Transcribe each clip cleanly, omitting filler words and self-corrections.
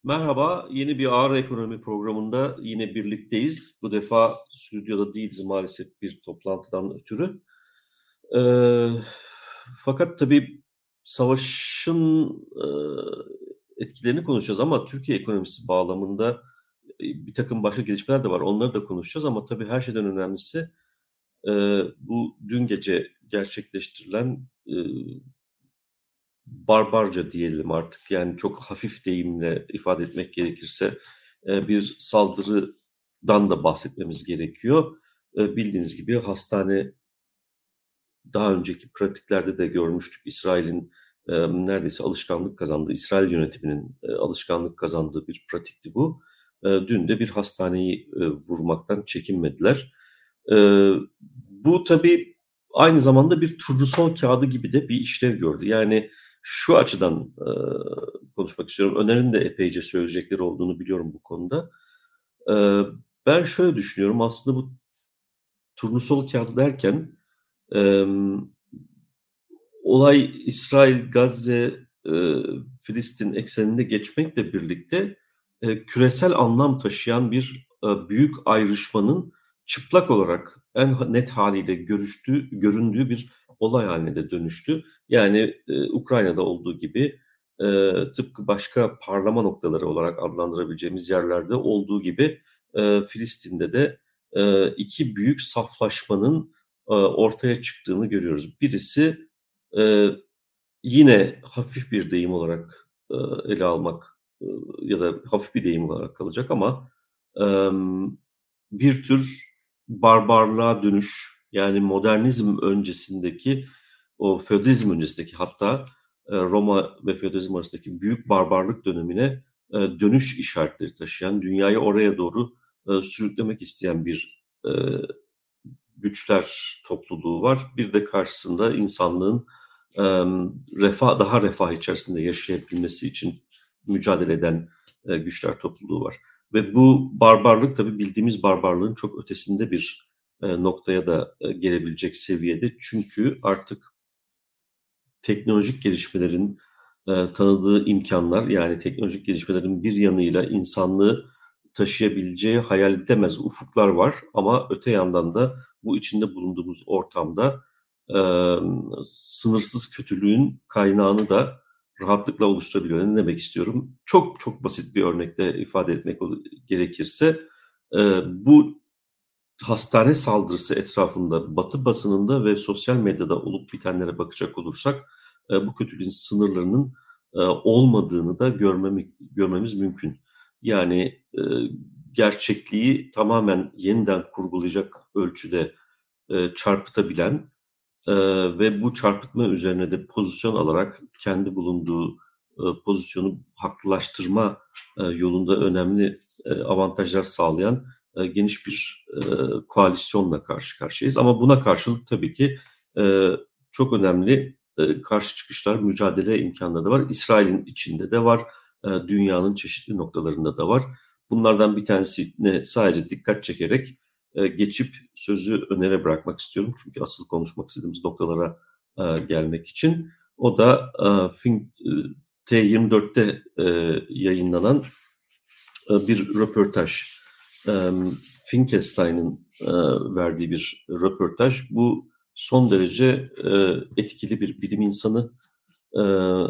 Merhaba, yeni bir Ağır Ekonomi programında yine birlikteyiz. Bu defa stüdyoda değiliz maalesef bir toplantıdan ötürü. Eee, Fakat tabii savaşın, etkilerini konuşacağız ama Türkiye ekonomisi bağlamında, birtakım başka gelişmeler de var. Onları da konuşacağız ama tabii her şeyden önemlisi, bu dün gece gerçekleştirilen, barbarca diyelim artık, yani çok hafif deyimle ifade etmek gerekirse, bir saldırıdan da bahsetmemiz gerekiyor. Bildiğiniz gibi hastane daha önceki pratiklerde de görmüştük. İsrail'in, neredeyse alışkanlık kazandığı, İsrail yönetiminin, alışkanlık kazandığı bir pratikti bu. Dün de bir hastaneyi, vurmaktan çekinmediler. Bu tabii aynı zamanda bir turnusol kağıdı gibi de bir işlev gördü. Yani şu açıdan, konuşmak istiyorum. Öner'in de epeyce söyleyecekleri olduğunu biliyorum bu konuda. Eee, Ben şöyle düşünüyorum, aslında bu turnusol kağıdı derken, emm, olay İsrail, Gazze, Filistin ekseninde geçmekle birlikte, küresel anlam taşıyan bir, büyük ayrışmanın çıplak olarak en net hâliyle göründüğü bir olay hâline de dönüştü. Yani, Ukrayna'da olduğu gibi, tıpkı başka parlama noktaları olarak adlandırabileceğimiz yerlerde olduğu gibi, Filistin'de de, 2 büyük saflaşmanın, ortaya çıktığını görüyoruz. Birisi, Eee, yine hafif bir deyim olarak, ele almak, ya da hafif bir deyim olarak kalacak ama, emm, bir tür barbarlığa dönüş, yani modernizm öncesindeki, o feodalizm öncesindeki hatta, Roma ve feodalizm arasındaki büyük barbarlık dönemine, dönüş işaretleri taşıyan, dünyayı oraya doğru, sürüklemek isteyen bir, güçler topluluğu var. Bir de karşısında insanlığın, daha refah içerisinde yaşayabilmesi için mücadele eden, güçler topluluğu var. Ve bu barbarlık tabii bildiğimiz barbarlığın çok ötesinde bir, noktaya da, gelebilecek seviyede. Çünkü artık teknolojik gelişmelerin, tanıdığı imkânlar, yani teknolojik gelişmelerin bir yanıyla insanlığı taşıyabileceği hayal edilemez ufuklar var ama öte yandan da bu içinde bulunduğumuz ortamda, sınırsız kötülüğün kaynağını da rahatlıkla oluşturabiliyor. Ne demek istiyorum? Çok çok basit bir örnekle ifade etmek gerekirse, bu hastane saldırısı etrafında Batı basınında ve sosyal medyada olup bitenlere bakacak olursak, bu kötülüğün sınırlarının, olmadığını da görmemiz mümkün. Yani, gerçekliği tamamen yeniden kurgulayacak ölçüde, çarpıtabilen, ve bu çarpıtma üzerine de pozisyon alarak kendi bulunduğu, pozisyonu haklılaştırma, yolunda önemli, avantajlar sağlayan, geniş bir, koalisyonla karşı karşıyayız. Ama buna karşılık tabii ki, çok önemli, karşı çıkışlar, mücadele imkânları da var. İsrail'in içinde de var, dünyanın çeşitli noktalarında da var. Bunlardan bir tanesine sadece dikkat çekerek, geçip sözü Öner'e bırakmak istiyorum. Çünkü asıl konuşmak istediğimiz noktalara, gelmek için. O da, T24'te, yayınlanan, bir röportaj. Finkelstein'in, verdiği bir röportaj. Bu son derece, etkili bir bilim insanı. Eee,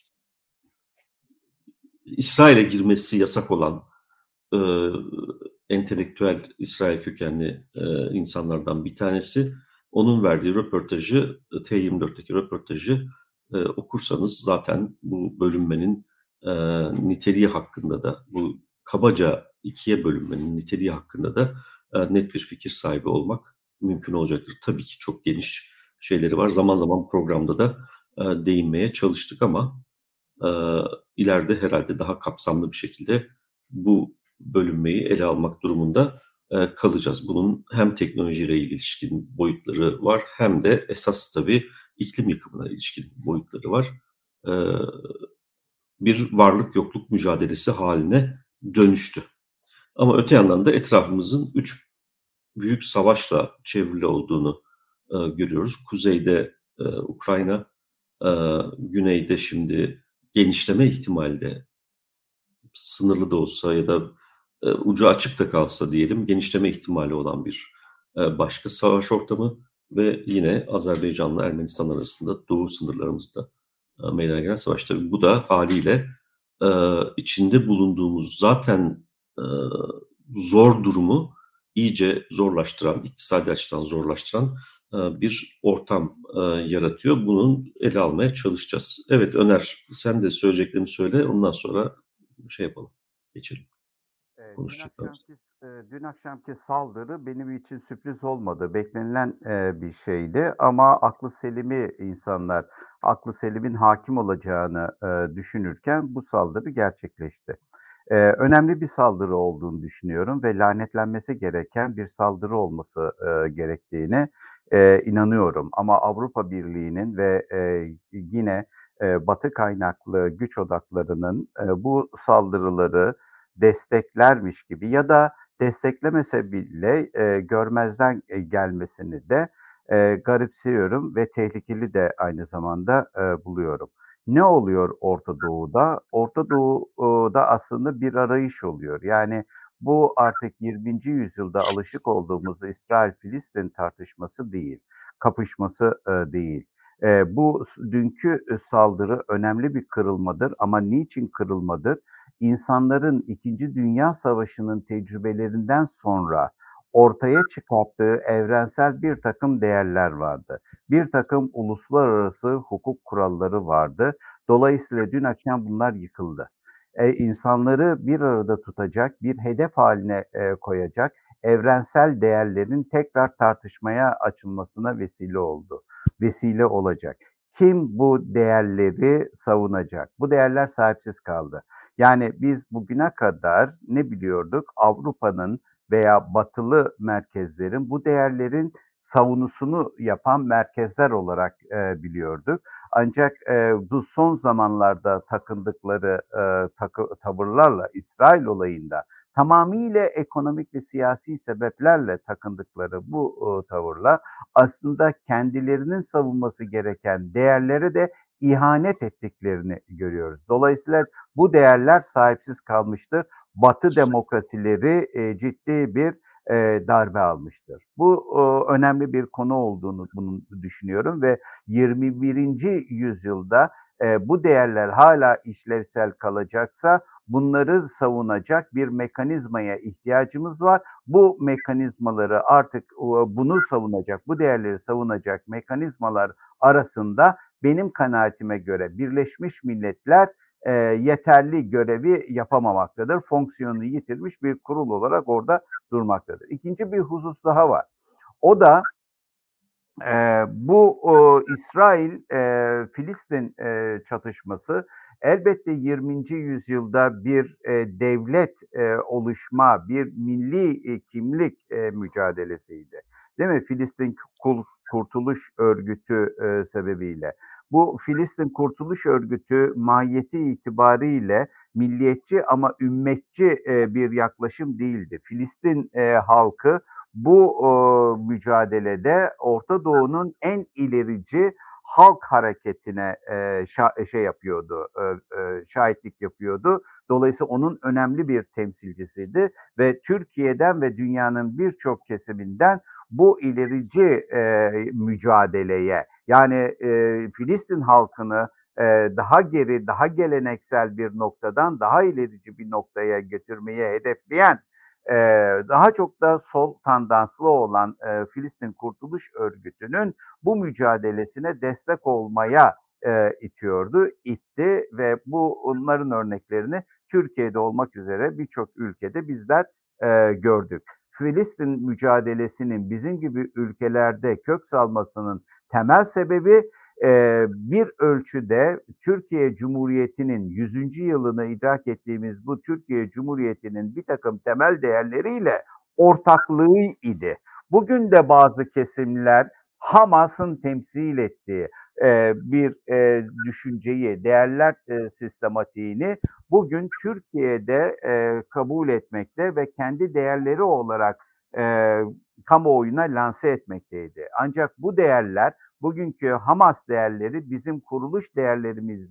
İsrail'e girmesi yasak olan, eee, entelektüel İsrail kökenli, insanlardan bir tanesi. Onun verdiği röportajı, T24'teki röportajı, okursanız zaten bu bölünmenin, niteliği hakkında da, bu kabaca ikiye bölünmenin niteliği hakkında da, net bir fikir sahibi olmak mümkün olacaktır. Tabii ki çok geniş şeyleri var. Zaman zaman programda da, değinmeye çalıştık ama Eee, ileride herhâlde daha kapsamlı bir şekilde bu bölünmeyi ele almak durumunda, kalacağız. Bunun hem teknolojiyle ilişkin boyutları var hem de esas tabii iklim yıkımına ilişkin boyutları var. Eee, Bir varlık yokluk mücadelesi hâline dönüştü. Ama öte yandan da etrafımızın 3 büyük savaşla çevrili olduğunu, görüyoruz. Kuzeyde, Ukrayna, güneyde şimdi genişleme ihtimali de sınırlı da olsa ya da, ucu açık da kalsa diyelim, genişleme ihtimali olan bir, başka savaş ortamı ve yine Azerbaycan'la Ermenistan arasında doğu sınırlarımızda, meydana gelen savaş. Tabii bu da hâliyle, içinde bulunduğumuz zaten, eee, zor durumu iyice zorlaştıran, iktisadi açıdan zorlaştıran, bir ortam, yaratıyor. Bunun ele almaya çalışacağız. Evet, Öner, sen de söyleyeceklerini söyle, ondan sonra şey yapalım, geçelim Dün konuşacaklarımıza. akşamki dün akşamki saldırı benim için sürpriz olmadı. Beklenilen, bir şeydi ama aklı selimi insanlar, aklı selimin hakim olacağını, düşünürken bu saldırı gerçekleşti. Önemli bir saldırı olduğunu düşünüyorum ve lanetlenmesi gereken bir saldırı olması, gerektiğine, inanıyorum. Ama Avrupa Birliği'nin ve, yine, Batı kaynaklı güç odaklarının, bu saldırıları desteklermiş gibi ya da desteklemese bile, görmezden, gelmesini de, garipsiyorum ve tehlikeli de aynı zamanda, buluyorum. Ne oluyor Orta Doğu'da? Orta Doğu'da aslında bir arayış oluyor. Yani bu artık 20. yüzyılda alışık olduğumuz İsrail-Filistin tartışması değil, kapışması, değil. Bu dünkü, saldırı önemli bir kırılmadır ama niçin kırılmadır? İnsanların 2. Dünya Savaşı'nın tecrübelerinden sonra ortaya çıkarttığı evrensel bir takım değerler vardı. Bir takım uluslararası hukuk kuralları vardı. Dolayısıyla dün akşam bunlar yıkıldı. İnsanları bir arada tutacak, bir hedef haline koyacak evrensel değerlerin tekrar tartışmaya açılmasına vesile oldu. Vesile olacak. Kim bu değerleri savunacak? Bu değerler sahipsiz kaldı. Yani biz bugüne kadar ne biliyorduk? Avrupa'nın veya batılı merkezlerin bu değerlerin savunusunu yapan merkezler olarak biliyorduk. Ancak bu son zamanlarda takındıkları tavırlarla İsrail olayında tamamıyla ekonomik ve siyasi sebeplerle takındıkları bu tavırla aslında kendilerinin savunması gereken değerlere de ihanet ettiklerini görüyoruz. Dolayısıyla bu değerler sahipsiz kalmıştır. Batı demokrasileri ciddi bir darbe almıştır. Bu önemli bir konu olduğunu bunu düşünüyorum ve 21. yüzyılda bu değerler hala işlevsel kalacaksa bunları savunacak bir mekanizmaya ihtiyacımız var. Bu mekanizmaları artık bunu savunacak, bu değerleri savunacak mekanizmalar arasında benim kanaatime göre Birleşmiş Milletler yeterli görevi yapamamaktadır. Fonksiyonunu yitirmiş bir kurul olarak orada durmaktadır. İkinci bir husus daha var. O da bu İsrail-Filistin çatışması elbette 20. yüzyılda bir devlet oluşma, bir milli kimlik mücadelesiydi. Değil mi? Filistin Kurtuluş Örgütü sebebiyle. Bu Filistin Kurtuluş Örgütü mahiyeti itibariyle milliyetçi ama ümmetçi bir yaklaşım değildi. Filistin halkı bu mücadelede Orta Doğu'nun en ilerici halk hareketine şey yapıyordu, şahitlik yapıyordu. Dolayısıyla onun önemli bir temsilcisiydi ve Türkiye'den ve dünyanın birçok kesiminden bu ilerici mücadeleye yani Filistin halkını daha geri, daha geleneksel bir noktadan daha ilerici bir noktaya götürmeye hedefleyen daha çok da sol tandanslı olan Filistin Kurtuluş Örgütü'nün bu mücadelesine destek olmaya itiyordu, itti ve bunların örneklerini Türkiye'de olmak üzere birçok ülkede bizler gördük. Filistin mücadelesinin bizim gibi ülkelerde kök salmasının temel sebebi bir ölçüde Türkiye Cumhuriyeti'nin 100. yılını idrak ettiğimiz bu Türkiye Cumhuriyeti'nin bir takım temel değerleriyle ortaklığı idi. Bugün de bazı kesimler Hamas'ın temsil ettiği bir düşünceyi, değerler sistematiğini bugün Türkiye'de kabul etmekte ve kendi değerleri olarak e, kamuoyuna lanse etmekteydi. Ancak bu değerler bugünkü Hamas değerleri bizim kuruluş değerlerimizden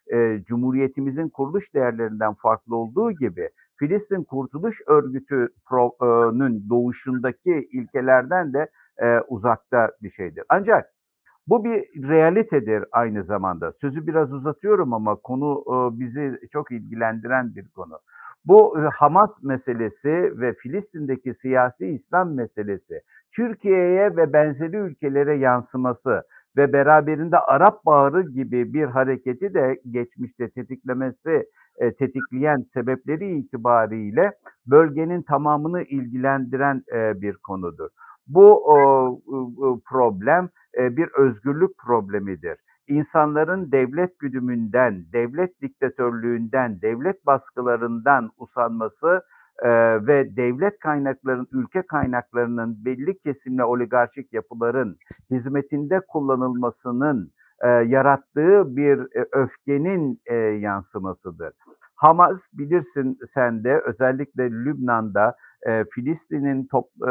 Cumhuriyetimizin kuruluş değerlerinden farklı olduğu gibi Filistin Kurtuluş Örgütü doğuşundaki ilkelerden de uzakta bir şeydir. Ancak bu bir realitedir aynı zamanda. Sözü biraz uzatıyorum ama konu bizi çok ilgilendiren bir konu. Bu Hamas meselesi ve Filistin'deki siyasi İslam meselesi Türkiye'ye ve benzeri ülkelere yansıması ve beraberinde Arap Baharı gibi bir hareketi de geçmişte tetikleyen sebepleri itibariyle bölgenin tamamını ilgilendiren bir konudur. Bu problem bir özgürlük problemidir. İnsanların devlet güdümünden, devlet diktatörlüğünden, devlet baskılarından usanması ve devlet kaynaklarının, ülke kaynaklarının belli kesimle oligarşik yapıların hizmetinde kullanılmasının yarattığı bir öfkenin yansımasıdır. Hamas bilirsin sen de özellikle Lübnan'da Filistin'in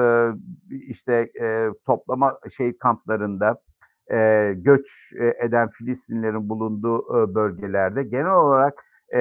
toplama kamplarında göç eden Filistinlerin bulunduğu bölgelerde genel olarak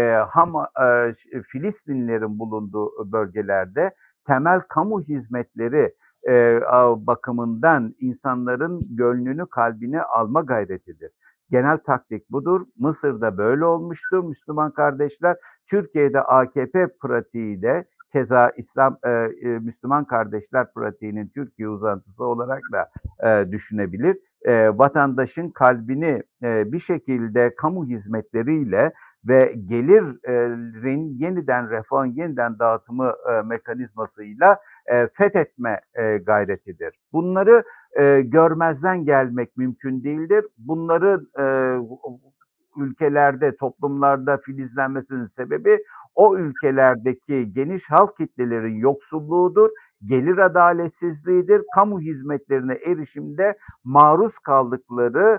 Filistinlerin bulunduğu bölgelerde temel kamu hizmetleri bakımından insanların gönlünü, kalbini alma gayretidir. Genel taktik budur. Mısır'da böyle olmuştur Müslüman kardeşler. Türkiye'de AKP pratiği de keza Müslüman kardeşler pratiğinin Türkiye uzantısı olarak da düşünebilir. Vatandaşın kalbini bir şekilde kamu hizmetleriyle ve gelirin yeniden refahın yeniden dağıtımı mekanizmasıyla fethetme gayretidir. Bunları görmezden gelmek mümkün değildir. Bunların ülkelerde, toplumlarda filizlenmesinin sebebi o ülkelerdeki geniş halk kitlelerin yoksulluğudur, gelir adaletsizliğidir, kamu hizmetlerine erişimde maruz kaldıkları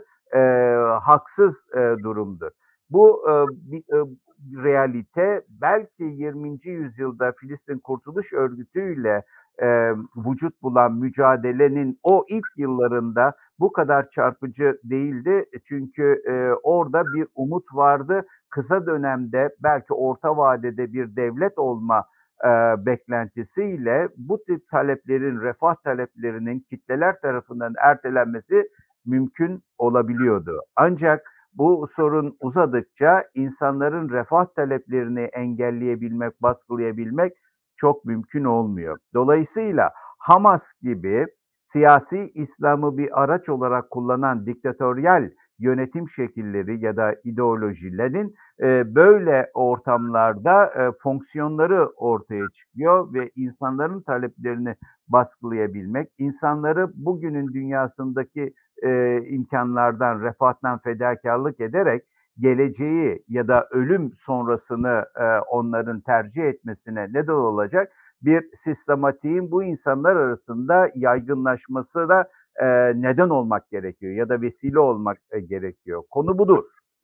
haksız durumdur. Bu bir realite belki 20. yüzyılda Filistin Kurtuluş Örgütü ile vücut bulan mücadelenin o ilk yıllarında bu kadar çarpıcı değildi. Çünkü orada bir umut vardı. Kısa dönemde belki orta vadede bir devlet olma beklentisiyle bu tip taleplerin, refah taleplerinin kitleler tarafından ertelenmesi mümkün olabiliyordu. Ancak bu sorun uzadıkça insanların refah taleplerini engelleyebilmek, baskılayabilmek çok mümkün olmuyor. Dolayısıyla Hamas gibi siyasi İslam'ı bir araç olarak kullanan diktatöryel yönetim şekilleri ya da ideolojilerin böyle ortamlarda fonksiyonları ortaya çıkıyor ve insanların taleplerini baskılayabilmek, insanları bugünün dünyasındaki imkanlardan, refahtan fedakarlık ederek geleceği ya da ölüm sonrasını onların tercih etmesine neden olacak bir sistematiğin bu insanlar arasında yaygınlaşması da neden olmak gerekiyor ya da vesile olmak gerekiyor. Konu budur.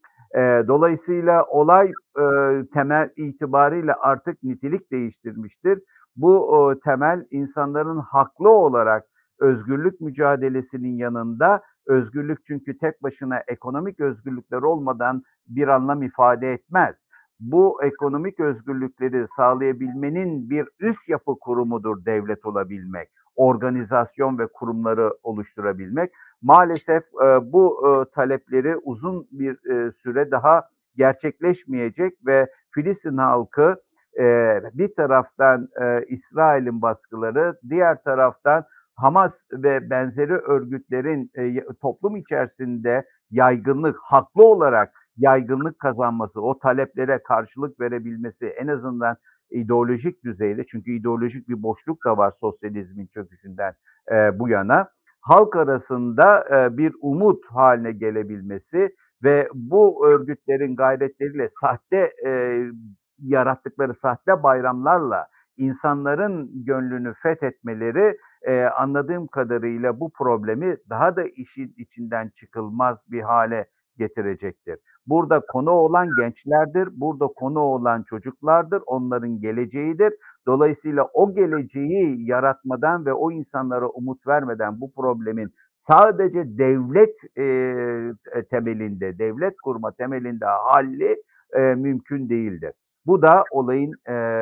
Dolayısıyla olay temel itibariyle artık nitelik değiştirmiştir. Bu temel insanların haklı olarak özgürlük mücadelesinin yanında özgürlük çünkü tek başına ekonomik özgürlükler olmadan bir anlam ifade etmez. Bu ekonomik özgürlükleri sağlayabilmenin bir üst yapı kurumudur devlet olabilmek, organizasyon ve kurumları oluşturabilmek. Maalesef bu talepleri uzun bir süre daha gerçekleşmeyecek ve Filistin halkı bir taraftan İsrail'in baskıları, diğer taraftan Hamas ve benzeri örgütlerin toplum içerisinde yaygınlık, haklı olarak yaygınlık kazanması, o taleplere karşılık verebilmesi en azından ideolojik düzeyde, çünkü ideolojik bir boşluk da var sosyalizmin çöküşünden bu yana, halk arasında bir umut haline gelebilmesi ve bu örgütlerin gayretleriyle yarattıkları sahte bayramlarla insanların gönlünü fethetmeleri anladığım kadarıyla bu problemi daha da işin içinden çıkılmaz bir hale getirecektir. Burada konu olan gençlerdir, burada konu olan çocuklardır, onların geleceğidir. Dolayısıyla o geleceği yaratmadan ve o insanlara umut vermeden bu problemin sadece devlet temelinde, devlet kurma temelinde halli mümkün değildir. Bu da olayın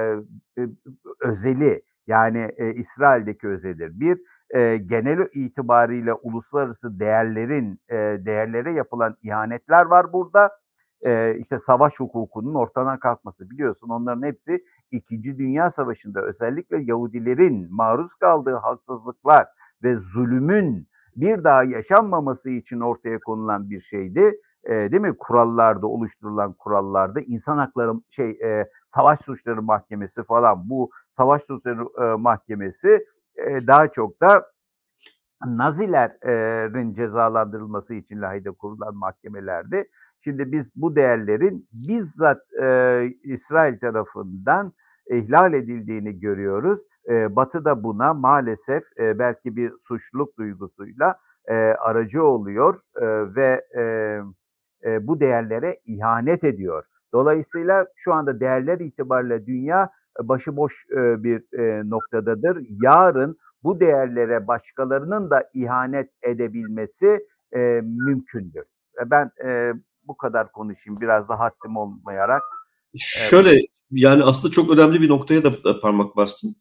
özeli, yani İsrail'deki özelidir. Bir, genel itibariyle uluslararası değerlere yapılan ihanetler var burada. İşte savaş hukukunun ortadan kalkması. Biliyorsun onların hepsi İkinci Dünya Savaşı'nda özellikle Yahudilerin maruz kaldığı haksızlıklar ve zulümün bir daha yaşanmaması için ortaya konulan bir şeydi. Değil mi? Kurallarda, oluşturulan kurallarda insan hakları savaş suçları mahkemesi falan, bu savaş suçları mahkemesi daha çok da Nazilerin cezalandırılması için Lahey'de kurulan mahkemelerdi. Şimdi biz bu değerlerin bizzat İsrail tarafından ihlal edildiğini görüyoruz. Batı da buna maalesef belki bir suçluluk duygusuyla aracı oluyor ve bu değerlere ihanet ediyor. Dolayısıyla şu anda değerler itibariyle dünya başıboş bir noktadadır. Yarın bu değerlere başkalarının da ihanet edebilmesi mümkündür. Ben bu kadar konuşayım, biraz da haddim olmayarak. Şöyle, yani aslında çok önemli bir noktaya da parmak bastın.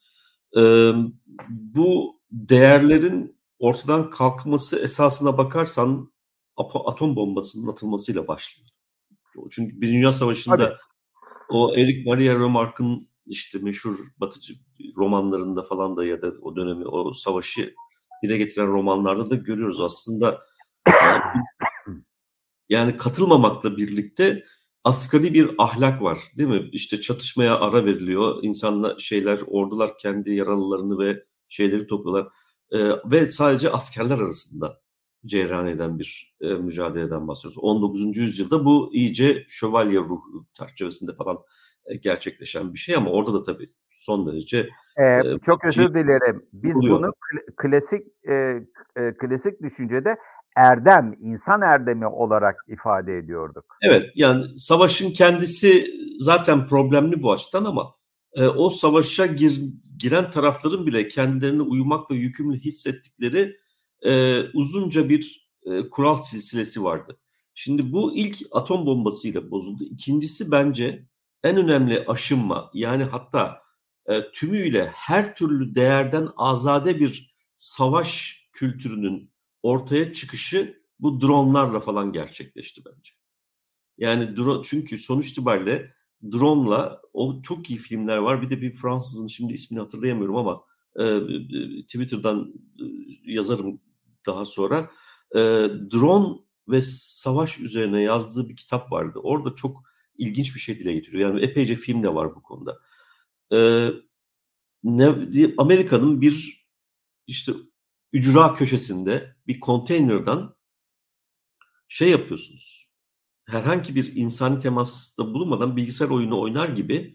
Bu değerlerin ortadan kalkması esasına bakarsan atom bombasının atılmasıyla başlıyor. Çünkü bir Dünya Savaşı'nda Tabii. o Erich Maria Remarque'ın işte meşhur Batıcı romanlarında falan da ya da o dönemi, o savaşı dile getiren romanlarda da görüyoruz aslında. Yani katılmamakla birlikte asgari bir ahlak var, değil mi? İşte çatışmaya ara veriliyor. Ordular kendi yaralılarını ve şeyleri topluyorlar. Ve sadece askerler arasında cereyan eden bir mücadeleden bahsediyoruz. 19. yüzyılda bu iyice şövalye ruhu çerçevesinde falan gerçekleşen bir şey, ama orada da tabii son derece Çok özür dilerim. Biz oluyor. bunu klasik düşüncede erdem, insan erdemi olarak ifade ediyorduk. Evet, yani savaşın kendisi zaten problemli bu açıdan, ama o savaşa giren tarafların bile kendilerini uyumakla yükümlü hissettikleri uzunca bir kural silsilesi vardı. Şimdi bu ilk atom bombasıyla bozuldu. İkincisi bence en önemli aşınma, yani hatta tümüyle her türlü değerden azade bir savaş kültürünün ortaya çıkışı bu dronlarla falan gerçekleşti bence. Yani çünkü sonuç itibariyle drone'la, o çok iyi filmler var. Bir de bir Fransızın, şimdi ismini hatırlayamıyorum ama Twitter'dan yazarım daha sonra. Drone ve savaş üzerine yazdığı bir kitap vardı. Orada çok ilginç bir şey dile getiriyor. Yani epeyce film de var bu konuda. Amerika'nın bir işte ücra köşesinde bir konteynerden şey yapıyorsunuz. Herhangi bir insani temasta bulunmadan bilgisayar oyunu oynar gibi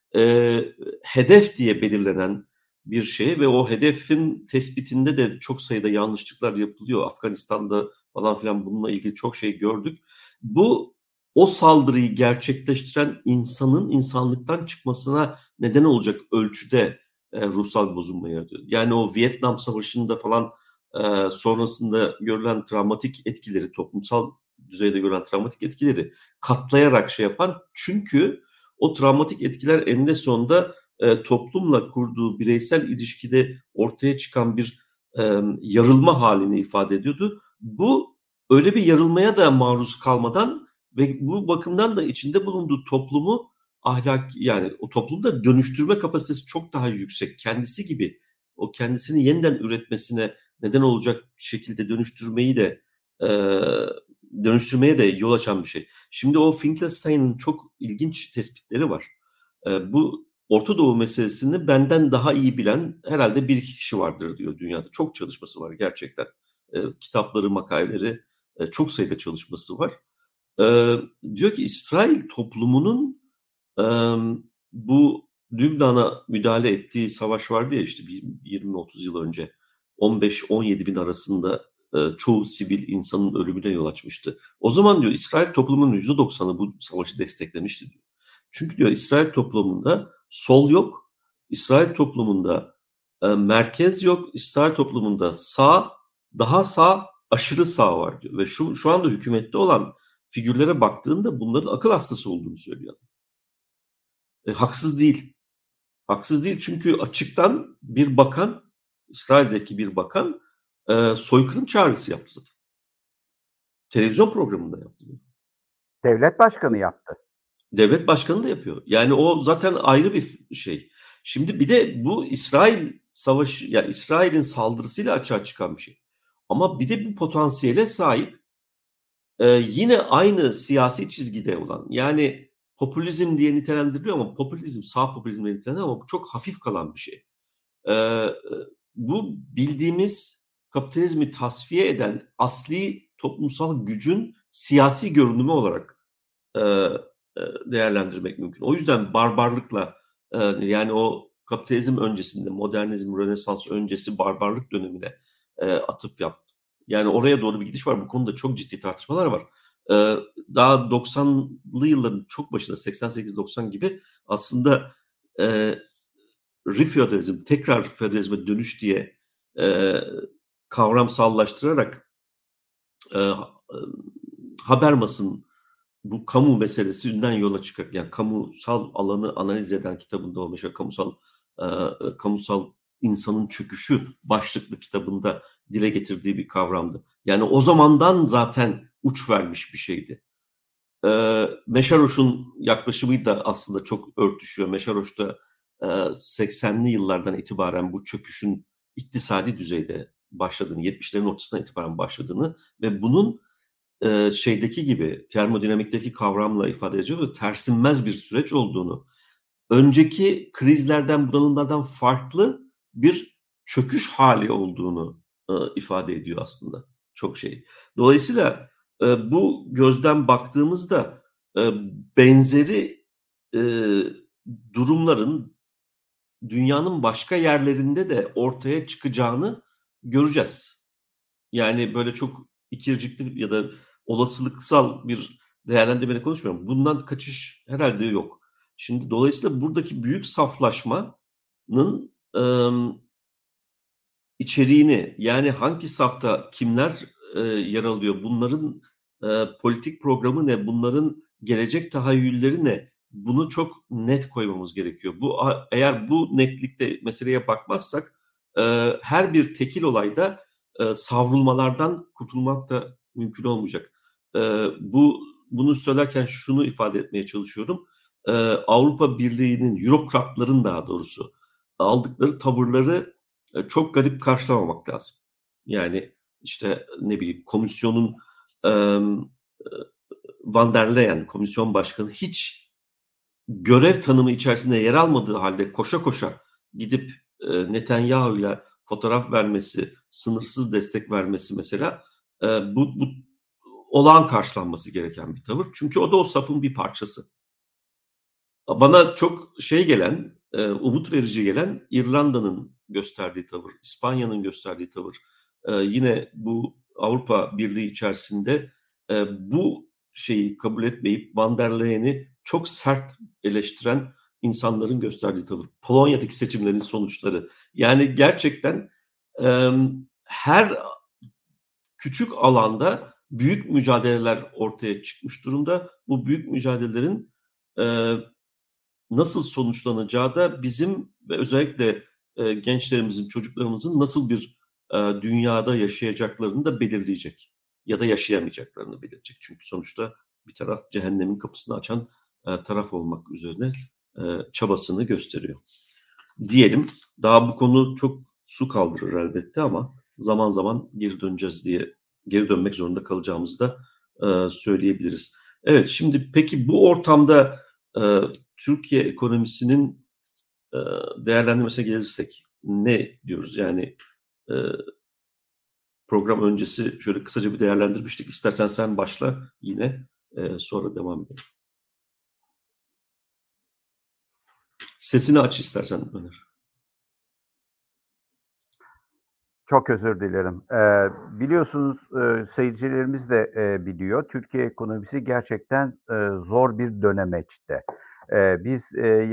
hedef diye belirlenen bir şey ve o hedefin tespitinde de çok sayıda yanlışlıklar yapılıyor. Afganistan'da falan filan bununla ilgili çok şey gördük. O saldırıyı gerçekleştiren insanın insanlıktan çıkmasına neden olacak ölçüde ruhsal bozulma yaratıyor. Yani o Vietnam Savaşı'nda falan sonrasında görülen travmatik etkileri, toplumsal düzeyde görülen travmatik etkileri katlayarak şey yapan, çünkü o travmatik etkiler eninde sonunda toplumla kurduğu bireysel ilişkide ortaya çıkan bir yarılma halini ifade ediyordu. Bu öyle bir yarılmaya da maruz kalmadan ve bu bakımdan da içinde bulunduğu toplumu yani o toplumda dönüştürme kapasitesi çok daha yüksek. Kendisi gibi o kendisini yeniden üretmesine neden olacak şekilde dönüştürmeye de yol açan bir şey. Şimdi o Finkelstein'in çok ilginç tespitleri var. Bu Orta Doğu meselesini benden daha iyi bilen herhalde bir iki kişi vardır diyor dünyada. Çok çalışması var gerçekten. Kitapları, makaleleri, çok sayıda çalışması var. Diyor ki İsrail toplumunun bu Lübnan'a müdahale ettiği savaş vardı ya, işte 20-30 yıl önce 15-17 bin arasında çoğu sivil insanın ölümüne yol açmıştı. O zaman diyor İsrail toplumunun %90'ı bu savaşı desteklemişti diyor. Çünkü diyor İsrail toplumunda sol yok, İsrail toplumunda merkez yok, İsrail toplumunda sağ daha sağ, aşırı sağ var diyor ve şu anda hükümette olan figürlere baktığında bunların akıl hastası olduğunu söylüyor. Haksız değil. Haksız değil çünkü açıktan bir bakan, İsrail'deki bir bakan soykırım çağrısı yaptı zaten. Televizyon programında yaptı bunu. Devlet başkanı yaptı. Devlet başkanı da yapıyor. Yani o zaten ayrı bir şey. Şimdi bir de bu İsrail savaşı, yani İsrail'in saldırısıyla açığa çıkan bir şey. Ama bir de bu potansiyele sahip yine aynı siyasi çizgide olan, yani popülizm diye nitelendiriliyor ama popülizm, sağ popülizm diye nitelendiriyor ama bu çok hafif kalan bir şey. Eee, Bu bildiğimiz kapitalizmi tasfiye eden asli toplumsal gücün siyasi görünümü olarak eee, değerlendirmek mümkün. O yüzden barbarlıkla, yani o kapitalizm öncesinde, modernizm, Rönesans öncesi barbarlık dönemine atıf yaptı. Yani oraya doğru bir gidiş var. Bu konuda çok ciddi tartışmalar var. Daha 90'lı yılların çok başında 88-90 gibi aslında eee refeodalizm, tekrar feodalizme dönüş diye eee, kavramsallaştırarak eee, Habermas'ın bu kamu meselesinden yola çıkarak, yani kamusal alanı analiz eden kitabında o meşhur kamusal insanın çöküşü başlıklı kitabında dile getirdiği bir kavramdı. Yani o zamandan zaten uç vermiş bir şeydi. Meşaroş'un yaklaşımı da aslında çok örtüşüyor. Meşaroş da 80'li yıllardan itibaren bu çöküşün iktisadi düzeyde başladığını, 70'lerin ortasından itibaren başladığını ve bunun şeydeki gibi, termodinamikteki kavramla ifade ediyor ve tersinmez bir süreç olduğunu, önceki krizlerden, bunalımlardan farklı bir çöküş hali olduğunu ifade ediyor aslında çok şey. Dolayısıyla bu gözden baktığımızda benzeri eee, durumların dünyanın başka yerlerinde de ortaya çıkacağını göreceğiz. Yani böyle çok ikircikli ya da olasılıksal bir değerlendirmeyle konuşmuyorum. Bundan kaçış herhâlde yok. Şimdi dolayısıyla buradaki büyük saflaşmanın, içeriğini, yani hangi safta kimler yer alıyor, bunların politik programı ne, bunların gelecek tahayyülleri ne, bunu çok net koymamız gerekiyor. Eğer bu netlikte meseleye bakmazsak her bir tekil olayda savrulmalardan kurtulmak da mümkün olmayacak. Bunu söylerken şunu ifade etmeye çalışıyorum. Avrupa Birliği'nin, eurokratların daha doğrusu aldıkları tavırları çok garip karşılamamak lazım. Yani, işte, ne bileyim, komisyonun, emm, eee, Van der Leyen, komisyon başkanı hiç görev tanımı içerisinde yer almadığı hâlde koşa koşa gidip, Netanyahu'yla fotoğraf vermesi, sınırsız destek vermesi mesela, bu olağan karşılanması gereken bir tavır. Çünkü o da o safın bir parçası. Bana çok şey gelen, umut verici gelen İrlanda'nın gösterdiği tavır, İspanya'nın gösterdiği tavır. Yine bu Avrupa Birliği içerisinde, bu şeyi kabul etmeyip Van der Leyen'i çok sert eleştiren insanların gösterdiği tavır. Polonya'daki seçimlerin sonuçları. Yani gerçekten, her küçük alanda büyük mücadeleler ortaya çıkmış durumda. Bu büyük mücadelelerin, eee nasıl sonuçlanacağı da bizim ve özellikle, gençlerimizin, çocuklarımızın nasıl bir, dünyada yaşayacaklarını da belirleyecek ya da yaşayamayacaklarını belirleyecek. Çünkü sonuçta bir taraf cehennemin kapısını açan, taraf olmak üzerine, çabasını gösteriyor. Diyelim, daha bu konu çok su kaldırır elbette ama zaman zaman geri dönmek zorunda kalacağımızı da, söyleyebiliriz. Evet, şimdi peki bu ortamda, Türkiye ekonomisinin, eee, değerlendirmesine gelirsek ne diyoruz? Yani, eee, program öncesi şöyle kısaca bir değerlendirmiştik. İstersen sen başla yine, sonra devam edelim. Sesini aç istersen Öner. Çok özür dilerim. Biliyorsunuz, seyircilerimiz de, biliyor. Türkiye ekonomisi gerçekten, zor bir dönemeçte. Biz,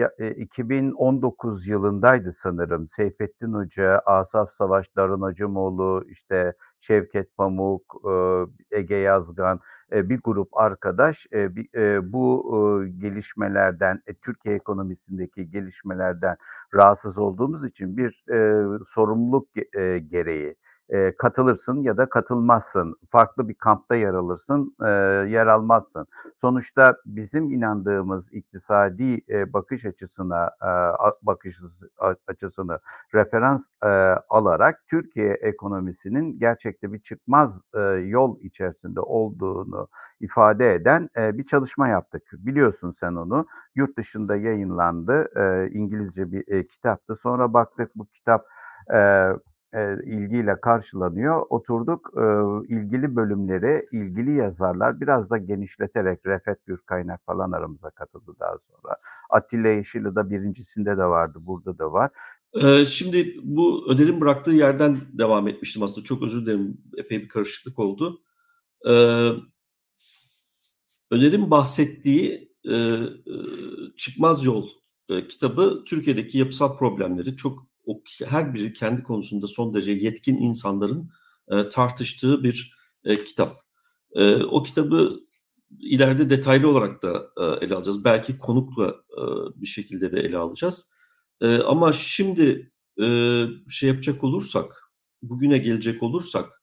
2019 yılındaydı sanırım. Seyfettin Hoca, Asaf Savaş, Daron Acemoğlu, işte Şevket Pamuk, Ege Yazgan, bir grup arkadaş, bu, gelişmelerden, Türkiye ekonomisindeki gelişmelerden rahatsız olduğumuz için bir, sorumluluk gereği, katılırsın ya da katılmazsın. Farklı bir kampta yer almazsın. Sonuçta bizim inandığımız iktisadi, bakış açısına, açısını referans, alarak Türkiye ekonomisinin gerçekte bir çıkmaz, yol içerisinde olduğunu ifade eden, bir çalışma yaptık. Biliyorsun sen onu. Yurt dışında yayınlandı. İngilizce bir, kitaptı. Sonra baktık bu kitap, eee, ilgiyle karşılanıyor. Oturduk, ilgili bölümleri, ilgili yazarlar biraz da genişleterek Refet Gürkaynak falan aramıza katıldı daha sonra. Atilla Yeşil'i de birincisinde de vardı, burada da var. Şimdi bu önerim bıraktığı yerden devam etmiştim aslında. Çok özür dilerim, epey bir karışıklık oldu. Eee, Öner'in bahsettiği, Çıkmaz Yol, kitabı Türkiye'deki yapısal problemleri çok her biri kendi konusunda son derece yetkin insanların, tartıştığı bir, kitap. O kitabı ileride detaylı olarak da, ele alacağız. Belki konukla, bir şekilde de ele alacağız. Ama şimdi, şey yapacak olursak, bugüne gelecek olursak,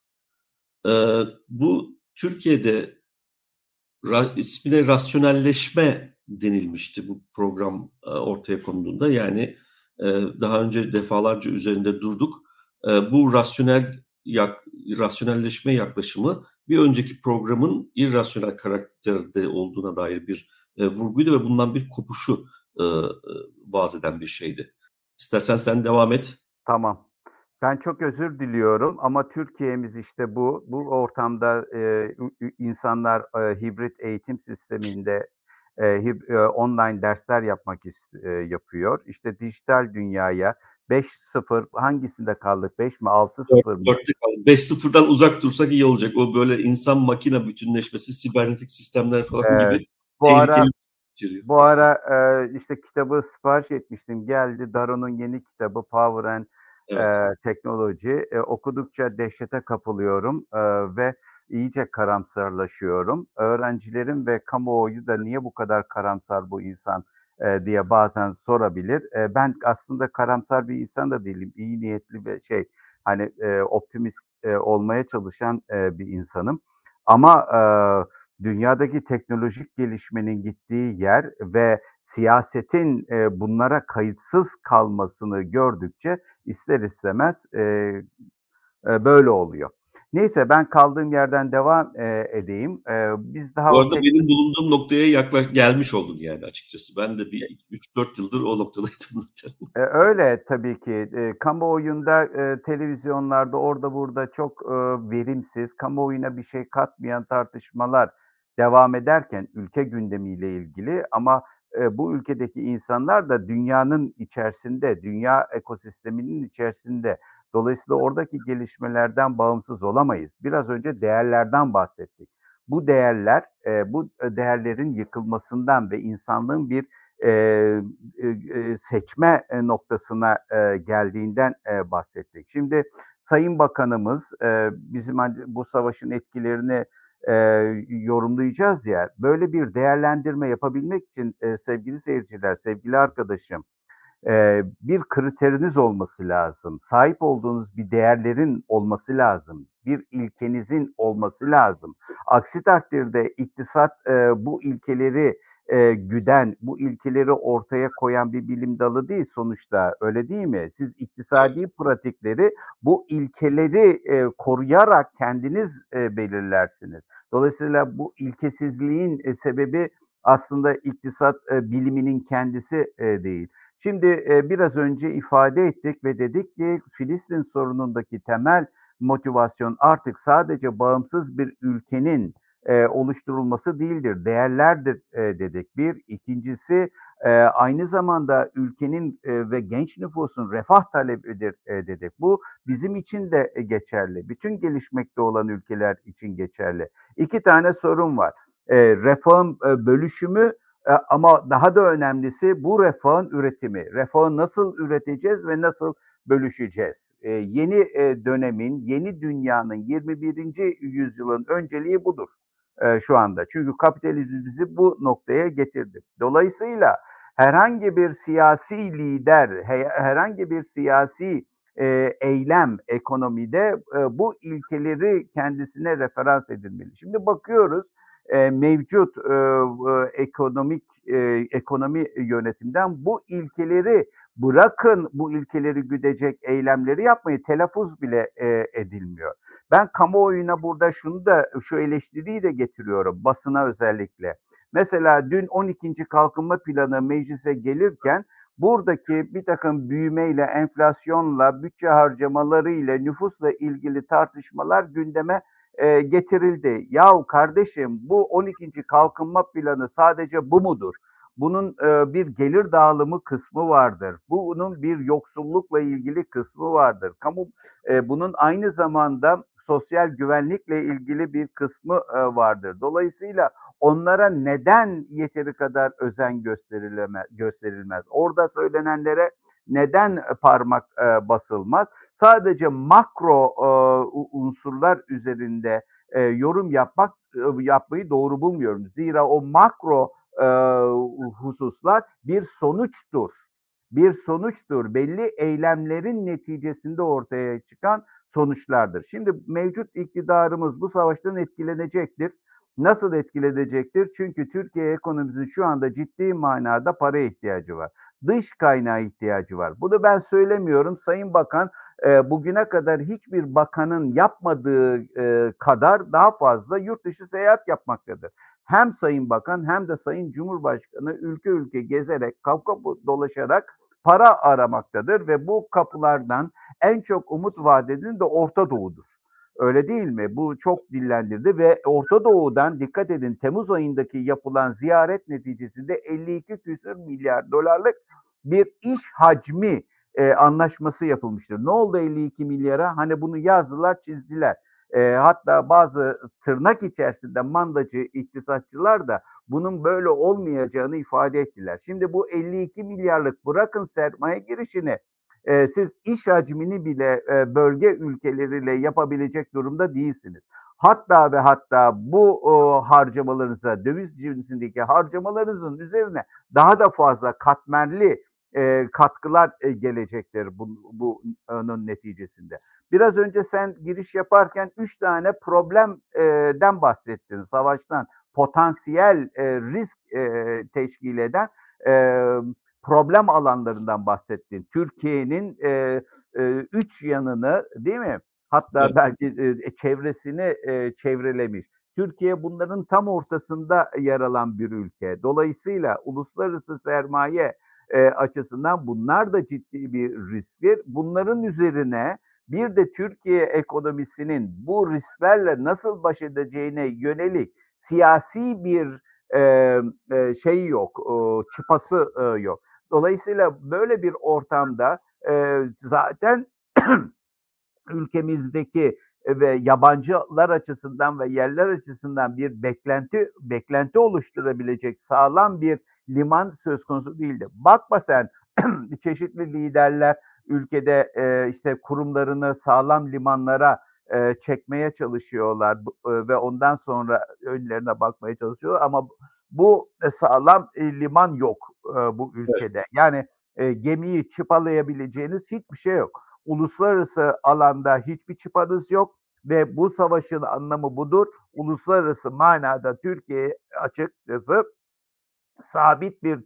bu Türkiye'de ismine rasyonelleşme denilmişti bu program, ortaya konulduğunda. Yani, daha önce defalarca üzerinde durduk. Bu rasyonelleşme yaklaşımı bir önceki programın irrasyonel karakterde olduğuna dair bir, vurguydu ve bundan bir kopuşu, vaaz eden bir şeydi. İstersen sen devam et. Tamam. Ben çok özür diliyorum ama Türkiye'miz işte bu. Bu ortamda, insanlar, hibrit eğitim sisteminde, online dersler yapıyor. İşte dijital dünyaya 5-0 hangisinde kaldık? 5 mi 6-0 mı? 4'te kaldı. 5-0'dan uzak dursak iyi olacak. O böyle insan makina bütünleşmesi, sibernetik sistemler falan Eee, gibi bu tehlikeli ara bir şey içeriyor. Bu ara, işte kitabı sipariş etmiştim. Geldi. Daron'un yeni kitabı Power and, Evet. Technology. Okudukça dehşete kapılıyorum, ve iyice karamsarlaşıyorum. Öğrencilerim ve kamuoyu da niye bu kadar karamsar bu insan, diye bazen sorabilir. Ben aslında karamsar bir insan da değilim. İyi niyetli ve hani, optimist, olmaya çalışan, bir insanım. Ama, dünyadaki teknolojik gelişmenin gittiği yer ve siyasetin, bunlara kayıtsız kalmasını gördükçe ister istemez, böyle oluyor. Neyse ben kaldığım yerden devam, edeyim. Biz daha Bu o arada benim bulunduğum noktaya gelmiş oldun yani açıkçası. Ben de bir 3-4 yıldır o noktadaydım zaten. Öyle tabii ki. Kamuoyunda, televizyonlarda, orada burada çok, verimsiz, kamuoyuna bir şey katmayan tartışmalar devam ederken ülke gündemiyle ilgili ama, bu ülkedeki insanlar da dünyanın içerisinde, dünya ekosisteminin içerisinde. Dolayısıyla oradaki gelişmelerden bağımsız olamayız. Biraz önce değerlerden bahsettik. Bu değerlerin yıkılmasından ve insanlığın bir, eee, seçme, noktasına, geldiğinden, bahsettik. Şimdi Sayın Bakanımız, bizim hani bu savaşın etkilerini, yorumlayacağız ya, böyle bir değerlendirme yapabilmek için, sevgili seyirciler, sevgili arkadaşım, bir kriteriniz olması lazım. Sahip olduğunuz bir değerlerin olması lazım. Bir ilkenizin olması lazım. Aksi takdirde iktisat, bu ilkeleri, güden, bu ilkeleri ortaya koyan bir bilim dalı değil sonuçta, öyle değil mi? Siz iktisadi pratikleri bu ilkeleri, koruyarak kendiniz, belirlersiniz. Dolayısıyla bu ilkesizliğin, sebebi aslında iktisat, biliminin kendisi, değil. Şimdi, biraz önce ifade ettik ve dedik ki Filistin sorunundaki temel motivasyon artık sadece bağımsız bir ülkenin, oluşturulması değildir, değerlerdir, dedik. Bir. 2'ncisi, aynı zamanda ülkenin, ve genç nüfusun refah talebidir, dedik. Bu bizim için de, geçerli. Bütün gelişmekte olan ülkeler için geçerli. 2 tane sorun var. Refahın, bölüşümü Ama daha da önemlisi bu refahın üretimi. Refahı nasıl üreteceğiz ve nasıl bölüşeceğiz? Yeni dönemin, yeni dünyanın 21. yüzyılın önceliği budur şu anda. Çünkü kapitalizm bizi bu noktaya getirdi. Dolayısıyla herhangi bir siyasi lider, herhangi bir siyasi eylem ekonomide bu ilkeleri kendisine referans edilmeli. Şimdi bakıyoruz mevcut ekonomi yönetimden bu ilkeleri bırakın bu ilkeleri güdecek eylemleri yapmayı telaffuz bile edilmiyor. Ben kamuoyuna burada şu eleştiriyi de getiriyorum basına özellikle. Mesela dün 12. Kalkınma Planı meclise gelirken buradaki bir takım büyümeyle, enflasyonla, bütçe harcamaları ile, nüfusla ilgili tartışmalar gündeme getirildi. Yahu kardeşim bu 12. Kalkınma Planı sadece bu mudur? Bunun bir gelir dağılımı kısmı vardır. Bunun bir yoksullukla ilgili kısmı vardır. Bunun aynı zamanda sosyal güvenlikle ilgili bir kısmı vardır. Dolayısıyla onlara neden yeteri kadar özen gösterilmez? Orada söylenenlere neden parmak basılmaz? Sadece makro unsurlar üzerinde yorum yapmayı doğru bulmuyorum. Zira o makro hususlar bir sonuçtur. Bir sonuçtur. Belli eylemlerin neticesinde ortaya çıkan sonuçlardır. Şimdi mevcut iktidarımız bu savaştan etkilenecektir. Nasıl etkilenecektir? Çünkü Türkiye ekonomisinin şu anda ciddi manada para ihtiyacı var. Dış kaynağı ihtiyacı var. Bunu ben söylemiyorum. Sayın Bakan bugüne kadar hiçbir bakanın yapmadığı kadar daha fazla yurt dışı seyahat yapmaktadır. Hem Sayın Bakan hem de Sayın Cumhurbaşkanı ülke ülke gezerek, kapı dolaşarak para aramaktadır ve bu kapılardan en çok umut vaat eden de Orta Doğu'dur. Öyle değil mi? Bu çok dillendirdi ve Orta Doğu'dan dikkat edin Temmuz ayındaki yapılan ziyaret neticesinde 52 küsur milyar dolarlık bir iş hacmi anlaşması yapılmıştır. Ne oldu 52 milyara? Hani bunu yazdılar, çizdiler. Hatta bazı tırnak içerisinde mandacı iktisatçılar da bunun böyle olmayacağını ifade ettiler. Şimdi bu 52 milyarlık bırakın sermaye girişini siz iş hacmini bile bölge ülkeleriyle yapabilecek durumda değilsiniz. Hatta ve hatta bu harcamalarınıza, döviz cinsindeki harcamalarınızın üzerine daha da fazla katmerli katkılar gelecektir bunun neticesinde. Biraz önce sen giriş yaparken 3 tane problemden bahsettin, savaştan. Potansiyel risk teşkil eden problem alanlarından bahsettin. Türkiye'nin 3 yanını değil mi? Hatta evet, belki çevresini çevrelemiş. Türkiye bunların tam ortasında yer alan bir ülke. Dolayısıyla uluslararası sermaye açısından bunlar da ciddi bir risktir. Bunların üzerine bir de Türkiye ekonomisinin bu risklerle nasıl baş edeceğine yönelik siyasi bir şey yok, çıpası yok. Dolayısıyla böyle bir ortamda zaten ülkemizdeki ve yabancılar açısından ve yerler açısından bir beklenti oluşturabilecek sağlam bir liman söz konusu değildi. Bakma sen çeşitli liderler ülkede işte kurumlarını sağlam limanlara çekmeye çalışıyorlar ve ondan sonra önlerine bakmaya çalışıyorlar ama bu sağlam liman yok bu ülkede. Evet. Yani gemiyi çıpalayabileceğiniz hiçbir şey yok. Uluslararası alanda hiçbir çıpanız yok ve bu savaşın anlamı budur. Uluslararası manada Türkiye açıkçası sabit bir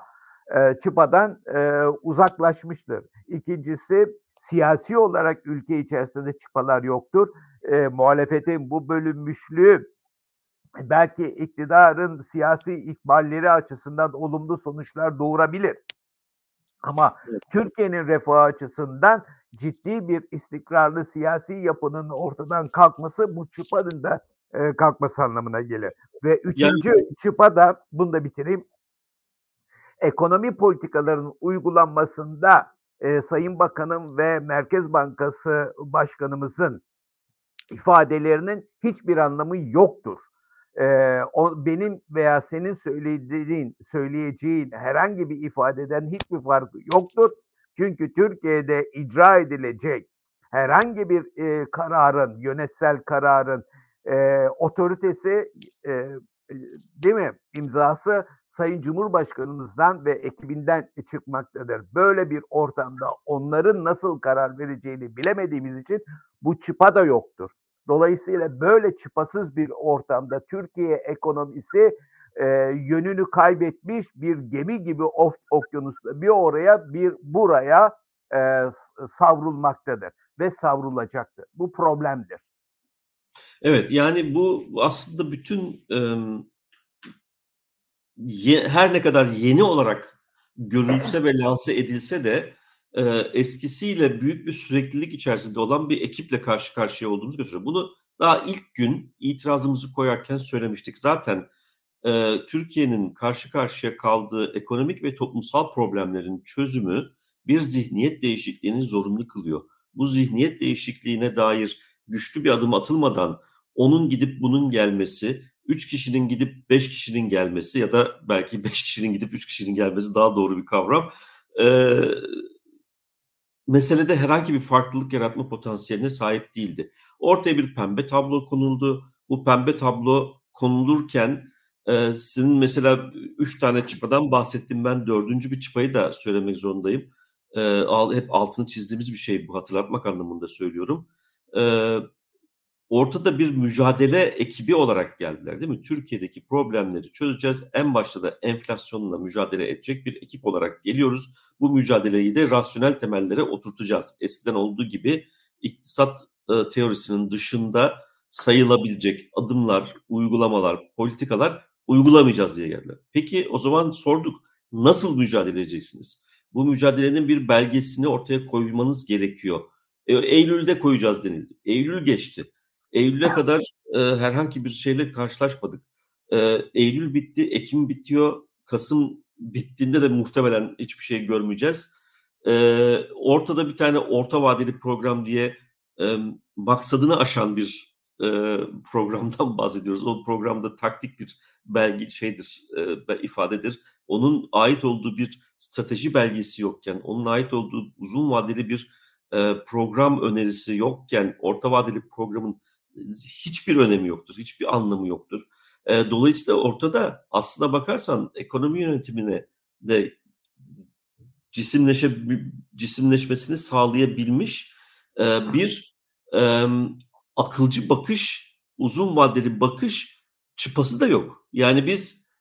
çıpadan uzaklaşmıştır. İkincisi siyasi olarak ülke içerisinde çıpalar yoktur. Muhalefetin bu bölünmüşlüğü belki iktidarın siyasi ikballeri açısından olumlu sonuçlar doğurabilir. Ama Türkiye'nin refahı açısından ciddi bir istikrarlı siyasi yapının ortadan kalkması bu çıpanın da kalkması anlamına gelir. Ve üçüncü çıpa da, bunu da bitireyim, ekonomi politikalarının uygulanmasında Sayın Bakanım ve Merkez Bankası Başkanımızın ifadelerinin hiçbir anlamı yoktur. benim veya senin söyleyeceğin herhangi bir ifadeden hiçbir farkı yoktur. Çünkü Türkiye'de icra edilecek herhangi bir yönetsel kararın otoritesi, e, değil mi? İmzası Sayın Cumhurbaşkanımızdan ve ekibinden çıkmaktadır. Böyle bir ortamda onların nasıl karar vereceğini bilemediğimiz için bu çıpa da yoktur. Dolayısıyla böyle çıpasız bir ortamda Türkiye ekonomisi yönünü kaybetmiş bir gemi gibi okyanusta bir oraya bir buraya savrulmaktadır ve savrulacaktır. Bu problemdir. Evet, yani bu aslında bütün her ne kadar yeni olarak görülse ve lanse edilse de eskisiyle büyük bir süreklilik içerisinde olan bir ekiple karşı karşıya olduğumuzu gösteriyor. Bunu daha ilk gün itirazımızı koyarken söylemiştik. Zaten Türkiye'nin karşı karşıya kaldığı ekonomik ve toplumsal problemlerin çözümü bir zihniyet değişikliğini zorunlu kılıyor. Bu zihniyet değişikliğine dair güçlü bir adım atılmadan onun gidip bunun gelmesi, 3 kişinin gidip 5 kişinin gelmesi ya da belki 5 kişinin gidip 3 kişinin gelmesi daha doğru bir kavram. Meselede herhangi bir farklılık yaratma potansiyeline sahip değildi. Ortaya bir pembe tablo konuldu. Bu pembe tablo konulurken sizin mesela 3 tane çıpadan bahsettim. Ben 4. bir çıpayı da söylemek zorundayım. Hep altını çizdiğimiz bir şey bu, hatırlatmak anlamında söylüyorum. Ortada bir mücadele ekibi olarak geldiler, değil mi? Türkiye'deki problemleri çözeceğiz. En başta da enflasyonla mücadele edecek bir ekip olarak geliyoruz. Bu mücadeleyi de rasyonel temellere oturtacağız. Eskiden olduğu gibi iktisat teorisinin dışında sayılabilecek adımlar, uygulamalar, politikalar uygulamayacağız diye geldiler. Peki o zaman sorduk. Nasıl mücadele edeceksiniz? Bu mücadelenin bir belgesini ortaya koymanız gerekiyor. Eylül'de koyacağız denildi. Eylül geçti. Eylül'e kadar herhangi bir şeyle karşılaşmadık. Eylül bitti, Ekim bitiyor, Kasım bittiğinde de muhtemelen hiçbir şey görmeyeceğiz. Ortada bir tane orta vadeli program diye maksadını aşan bir programdan bahsediyoruz. O programda taktik bir belge ifadedir. Onun ait olduğu bir strateji belgesi yokken, onun ait olduğu uzun vadeli bir program önerisi yokken orta vadeli programın hiçbir önemi yoktur, hiçbir anlamı yoktur. Dolayısıyla ortada aslına bakarsan ekonomi yönetimine de cisimleşmesini sağlayabilmiş bir akılcı bakış, uzun vadeli bakış çıpası da yok. Yani biz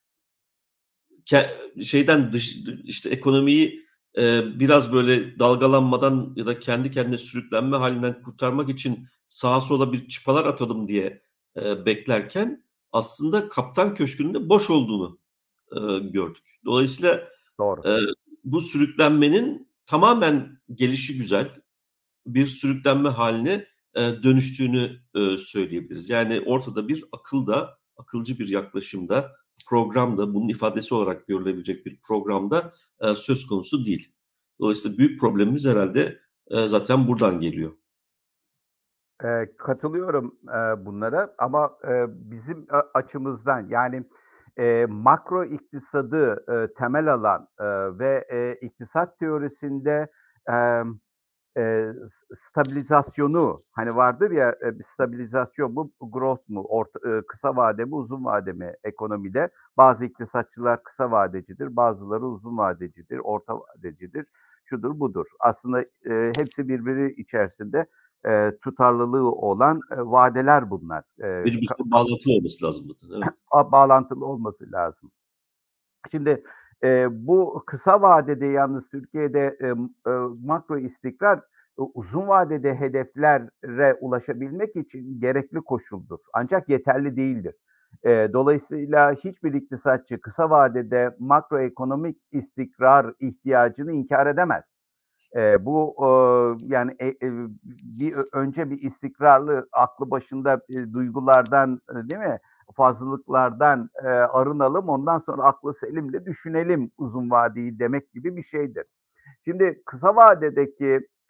işte ekonomiyi biraz böyle dalgalanmadan ya da kendi kendine sürüklenme halinden kurtarmak için sağa sola bir çıpalar atalım diye beklerken aslında Kaptan Köşkü'nün boş olduğunu gördük. Dolayısıyla Doğru. e, bu sürüklenmenin tamamen gelişigüzel bir sürüklenme haline dönüştüğünü söyleyebiliriz. Yani ortada bir akılcı bir yaklaşımda, programda, bunun ifadesi olarak görülebilecek bir programda söz konusu değil. Dolayısıyla büyük problemimiz herhalde zaten buradan geliyor. Katılıyorum bunlara ama bizim açımızdan yani makro iktisadı temel alan ve iktisat teorisinde stabilizasyonu hani vardır ya bir stabilizasyon bu growth mu kısa vade mi uzun vade mi ekonomide bazı iktisatçılar kısa vadecidir bazıları uzun vadecidir orta vadecidir şudur budur aslında hepsi birbiri içerisinde tutarlılığı olan vadeler bunlar. Birbirine bağlantılı olması lazım zaten. Evet. Bağlantılı olması lazım. Şimdi bu kısa vadede yalnız Türkiye'de makro istikrar uzun vadede hedeflere ulaşabilmek için gerekli koşuldur. Ancak yeterli değildir. Dolayısıyla hiçbir iktisatçı kısa vadede makroekonomik istikrar ihtiyacını inkar edemez. Bu yani önce bir istikrarlı aklı başında duygulardan değil mi fazlalıklardan arınalım ondan sonra aklı selimle düşünelim uzun vadeyi demek gibi bir şeydir. Şimdi kısa vadedeki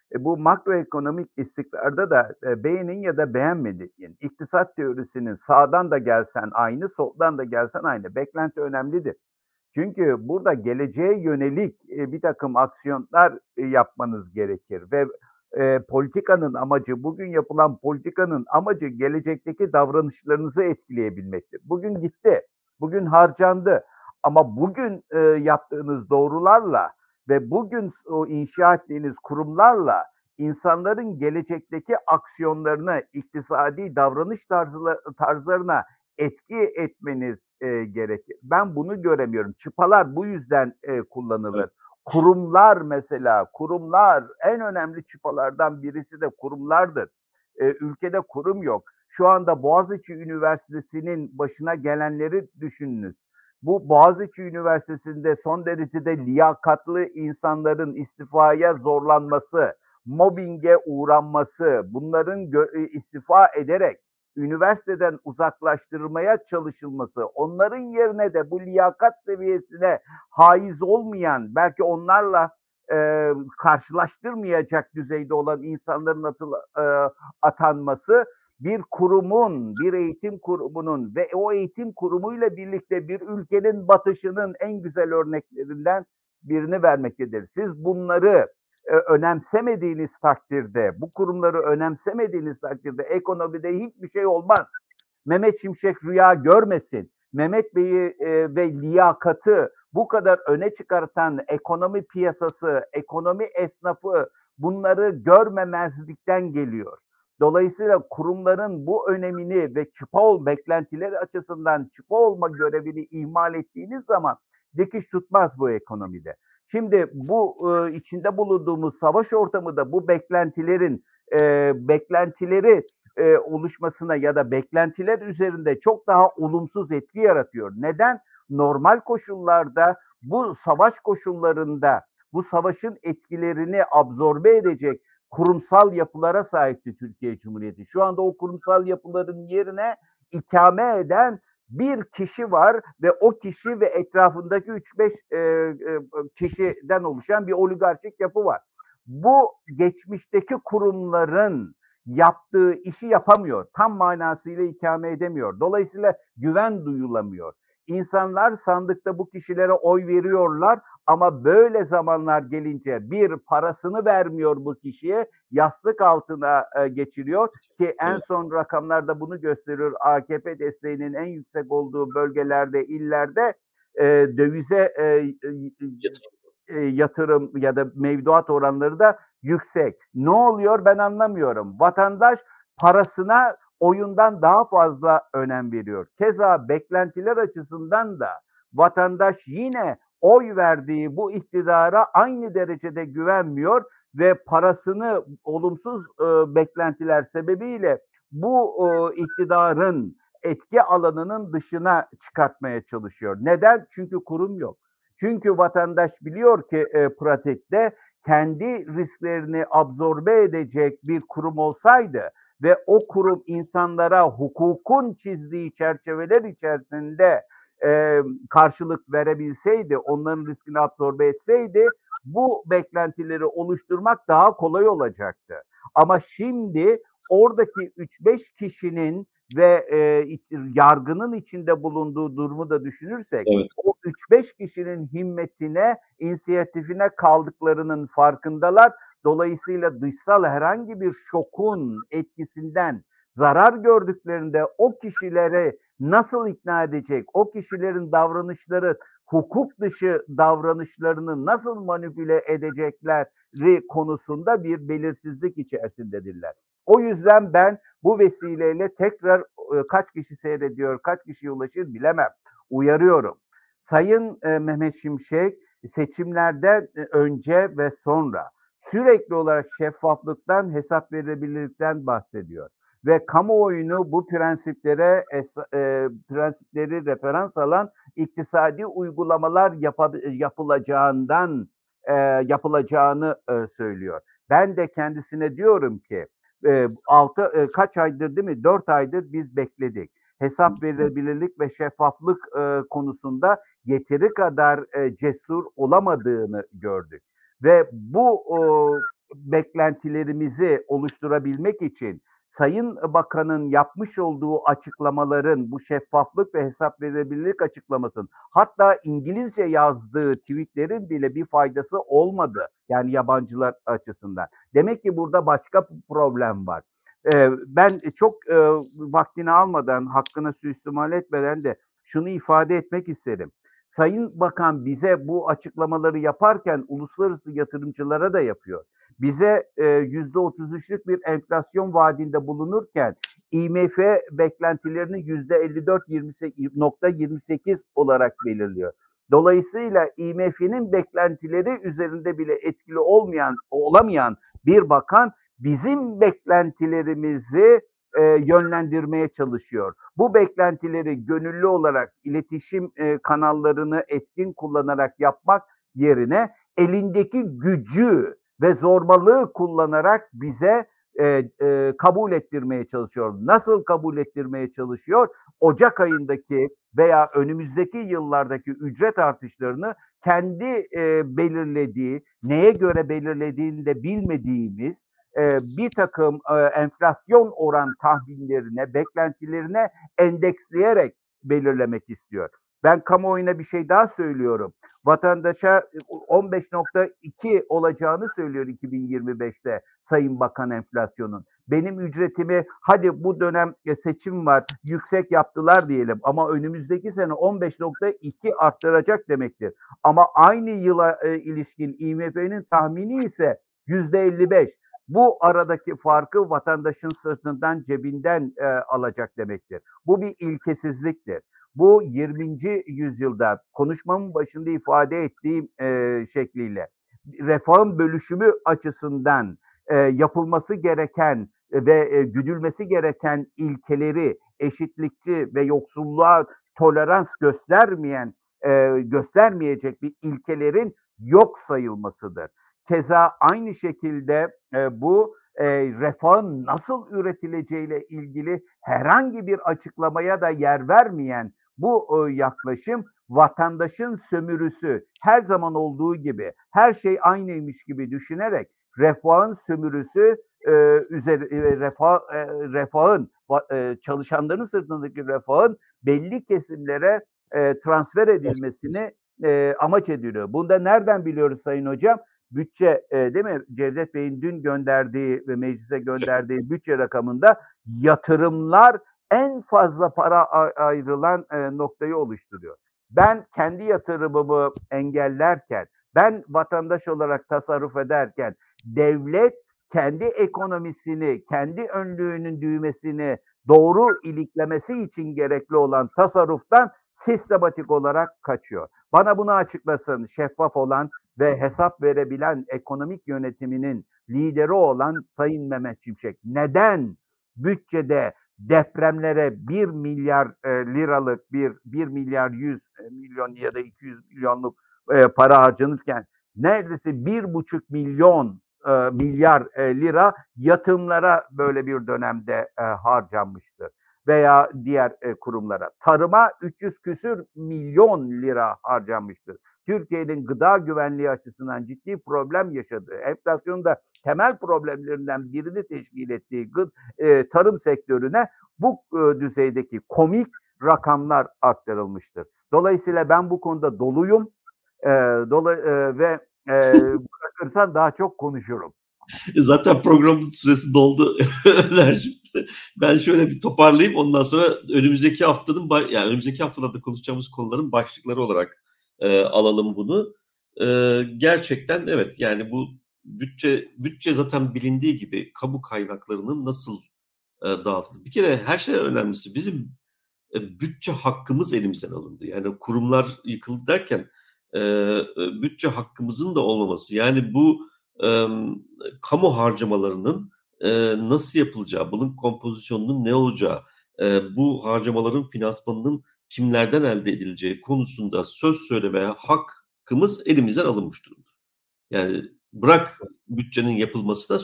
Bu makroekonomik istikrarda da beğenin ya da beğenmeyin. İktisat teorisinin sağdan da gelsen aynı, soldan da gelsen aynı. Beklenti önemlidir. Çünkü burada geleceğe yönelik bir takım aksiyonlar yapmanız gerekir ve politikanın amacı, bugün yapılan politikanın amacı gelecekteki davranışlarınızı etkileyebilmektir. Bugün gitti, bugün harcandı ama bugün yaptığınız doğrularla ve bugün o inşa ettiğiniz kurumlarla insanların gelecekteki aksiyonlarına, iktisadi davranış tarzlarına etki etmeniz gerekir. Ben bunu göremiyorum. Çıpalar bu yüzden kullanılır. Evet. Kurumlar mesela, kurumlar en önemli çıpalardan birisi de kurumlardır. Ülkede kurum yok. Şu anda Boğaziçi Üniversitesi'nin başına gelenleri düşününüz. Bu Boğaziçi Üniversitesi'nde son derecede liyakatlı insanların istifaya zorlanması, mobbinge uğranması, bunların istifa ederek üniversiteden uzaklaştırmaya çalışılması, onların yerine de bu liyakat seviyesine haiz olmayan, belki onlarla karşılaştırmayacak düzeyde olan insanların atanması, bir kurumun, bir eğitim kurumunun ve o eğitim kurumuyla birlikte bir ülkenin batışının en güzel örneklerinden birini vermektedir. Siz bunları önemsemediğiniz takdirde, bu kurumları önemsemediğiniz takdirde ekonomide hiçbir şey olmaz. Mehmet Şimşek rüya görmesin. Mehmet Bey'i ve liyakatı bu kadar öne çıkartan ekonomi piyasası, ekonomi esnafı bunları görmemezlikten geliyor. Dolayısıyla kurumların bu önemini ve beklentileri açısından çıpa olma görevini ihmal ettiğiniz zaman dikiş tutmaz bu ekonomide. Şimdi bu içinde bulunduğumuz savaş ortamı da bu beklentileri oluşmasına ya da beklentiler üzerinde çok daha olumsuz etki yaratıyor. Neden? Normal koşullarda bu savaş koşullarında bu savaşın etkilerini absorbe edecek kurumsal yapılara sahipti Türkiye Cumhuriyeti. Şu anda o kurumsal yapıların yerine ikame eden bir kişi var ve o kişi ve etrafındaki 3-5 kişiden oluşan bir oligarşik yapı var. Bu geçmişteki kurumların yaptığı işi yapamıyor. Tam manasıyla ikame edemiyor. Dolayısıyla güven duyulamıyor. İnsanlar sandıkta bu kişilere oy veriyorlar ama böyle zamanlar gelince bir parasını vermiyor bu kişiye, yastık altına geçiriyor ki en son rakamlar da bunu gösteriyor. AKP desteğinin en yüksek olduğu bölgelerde, illerde dövize yatırım ya da mevduat oranları da yüksek. Ne oluyor ben anlamıyorum. Vatandaş parasına oyundan daha fazla önem veriyor. Keza beklentiler açısından da vatandaş yine oy verdiği bu iktidara aynı derecede güvenmiyor ve parasını olumsuz beklentiler sebebiyle bu iktidarın etki alanının dışına çıkartmaya çalışıyor. Neden? Çünkü kurum yok. Çünkü vatandaş biliyor ki pratikte kendi risklerini absorbe edecek bir kurum olsaydı ve o kurum insanlara hukukun çizdiği çerçeveler içerisinde karşılık verebilseydi, onların riskini absorbe etseydi bu beklentileri oluşturmak daha kolay olacaktı. Ama şimdi oradaki 3-5 kişinin ve yargının içinde bulunduğu durumu da düşünürsek, Evet. o 3-5 kişinin himmetine, inisiyatifine kaldıklarının farkındalar. Dolayısıyla dışsal herhangi bir şokun etkisinden zarar gördüklerinde o kişileri nasıl ikna edecek, o kişilerin davranışları, hukuk dışı davranışlarını nasıl manipüle edecekleri konusunda bir belirsizlik içerisindedirler. O yüzden ben bu vesileyle tekrar kaç kişi seyrediyor, kaç kişiye ulaşır bilemem. Uyarıyorum. Sayın Mehmet Şimşek seçimlerden önce ve sonra sürekli olarak şeffaflıktan, hesap verebilirlikten bahsediyor. Ve kamuoyunu bu prensipleri referans alan iktisadi uygulamalar yapılacağını söylüyor. Ben de kendisine diyorum ki kaç aydır değil mi? 4 aydır biz bekledik. Hesap verilebilirlik ve şeffaflık konusunda yeteri kadar cesur olamadığını gördük. Ve bu beklentilerimizi oluşturabilmek için Sayın Bakan'ın yapmış olduğu açıklamaların, bu şeffaflık ve hesap verilebilirlik açıklamasının, hatta İngilizce yazdığı tweetlerin bile bir faydası olmadı. Yani yabancılar açısından. Demek ki burada başka problem var. Ben çok vaktini almadan, hakkını suistimal etmeden de şunu ifade etmek isterim. Sayın Bakan bize bu açıklamaları yaparken uluslararası yatırımcılara da yapıyor. Bize %33'lük bir enflasyon vaadinde bulunurken IMF beklentilerini %54,28 olarak belirliyor. Dolayısıyla IMF'nin beklentileri üzerinde bile etkili olamayan bir bakan bizim beklentilerimizi yönlendirmeye çalışıyor. Bu beklentileri gönüllü olarak iletişim kanallarını etkin kullanarak yapmak yerine elindeki gücü ve zorbalığı kullanarak bize kabul ettirmeye çalışıyor. Nasıl kabul ettirmeye çalışıyor? Ocak ayındaki veya önümüzdeki yıllardaki ücret artışlarını kendi belirlediği, neye göre belirlediğini de bilmediğimiz bir takım enflasyon oran tahminlerine, beklentilerine endeksleyerek belirlemek istiyor. Ben kamuoyuna bir şey daha söylüyorum. Vatandaşa 15,2 olacağını söylüyor 2025'te Sayın Bakan enflasyonun. Benim ücretimi hadi bu dönem seçim var yüksek yaptılar diyelim ama önümüzdeki sene 15,2 arttıracak demektir. Ama aynı yıla ilişkin IMF'nin tahmini ise %55. Bu aradaki farkı vatandaşın sırtından, cebinden alacak demektir. Bu bir ilkesizliktir. Bu 20. yüzyılda konuşmamın başında ifade ettiğim şekliyle refahın bölüşümü açısından yapılması gereken ve güdülmesi gereken ilkeleri eşitlikçi ve yoksulluğa tolerans göstermeyecek bir ilkelerin yok sayılmasıdır. Keza aynı şekilde bu refahın nasıl üretileceğiyle ilgili herhangi bir açıklamaya da yer vermeyen bu yaklaşım vatandaşın sömürüsü, her zaman olduğu gibi her şey aynıymış gibi düşünerek refahın sömürüsü refahın çalışanların sırtındaki refahın belli kesimlere transfer edilmesini amaç ediliyor. Bunda nereden biliyoruz Sayın Hocam? Bütçe değil mi? Cevdet Bey'in dün gönderdiği ve meclise gönderdiği bütçe rakamında yatırımlar en fazla para ayrılan noktayı oluşturuyor. Ben kendi yatırımımı engellerken, ben vatandaş olarak tasarruf ederken, devlet kendi ekonomisini, kendi önlüğünün düğmesini doğru iliklemesi için gerekli olan tasarruftan sistematik olarak kaçıyor. Bana bunu açıklasın şeffaf olan ve hesap verebilen ekonomik yönetiminin lideri olan Sayın Mehmet Şimşek. Neden bütçede depremlere 1 milyar liralık 1 milyar 100 milyon ya da 200 milyonluk para harcanırken neredeyse 1,5 milyar lira yatırımlara böyle bir dönemde harcanmıştır. Veya diğer kurumlara. Tarıma 300 küsür milyon lira harcanmıştır. Türkiye'nin gıda güvenliği açısından ciddi problem yaşadığı, enflasyonun da temel problemlerinden birini teşkil ettiği tarım sektörüne bu düzeydeki komik rakamlar aktarılmıştır. Dolayısıyla ben bu konuda doluyum ve bırakırsan daha çok konuşurum. Zaten programın süresi doldu. Ben şöyle bir toparlayayım. Ondan sonra önümüzdeki haftalarda konuşacağımız konuların başlıkları olarak alalım bunu. Gerçekten evet, yani bu bütçe zaten bilindiği gibi kamu kaynaklarının nasıl dağıtıldığı. Bir kere her şeyden önemlisi bizim bütçe hakkımız elimizden alındı. Yani kurumlar yıkıldı derken bütçe hakkımızın da olmaması. Yani bu kamu harcamalarının nasıl yapılacağı, bunun kompozisyonunun ne olacağı, bu harcamaların finansmanının kimlerden elde edileceği konusunda söz söylemeye hakkımız elimizden alınmış durumda. Yani bırak bütçenin yapılmasına,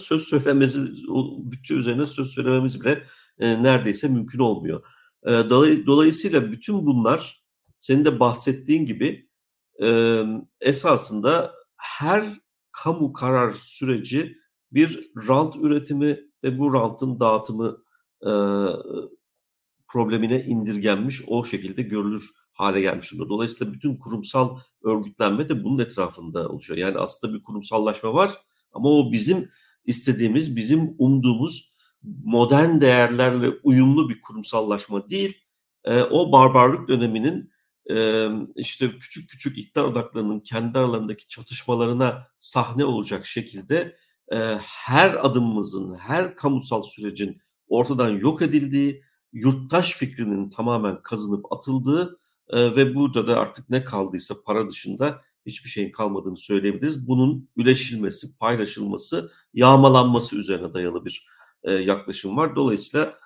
bütçe üzerine söz söylememiz bile neredeyse mümkün olmuyor. Dolayısıyla bütün bunlar senin de bahsettiğin gibi esasında her kamu karar süreci bir rant üretimi ve bu rantın dağıtımı eee, problemine indirgenmiş, o şekilde görülür hale gelmiş durumda. Dolayısıyla bütün kurumsal örgütlenme de bunun etrafında oluşuyor. Yani aslında bir kurumsallaşma var ama o bizim istediğimiz, bizim umduğumuz modern değerlerle uyumlu bir kurumsallaşma değil. O barbarlık döneminin, işte, küçük küçük iktidar odaklarının kendi aralarındaki çatışmalarına sahne olacak şekilde, her adımımızın, her kamusal sürecin ortadan yok edildiği, yurttaş fikrinin tamamen kazınıp atıldığı, ve burada da artık ne kaldıysa para dışında hiçbir şeyin kalmadığını söyleyebiliriz. Bunun üleşilmesi, paylaşılması, yağmalanması üzerine dayalı bir, yaklaşım var. Dolayısıyla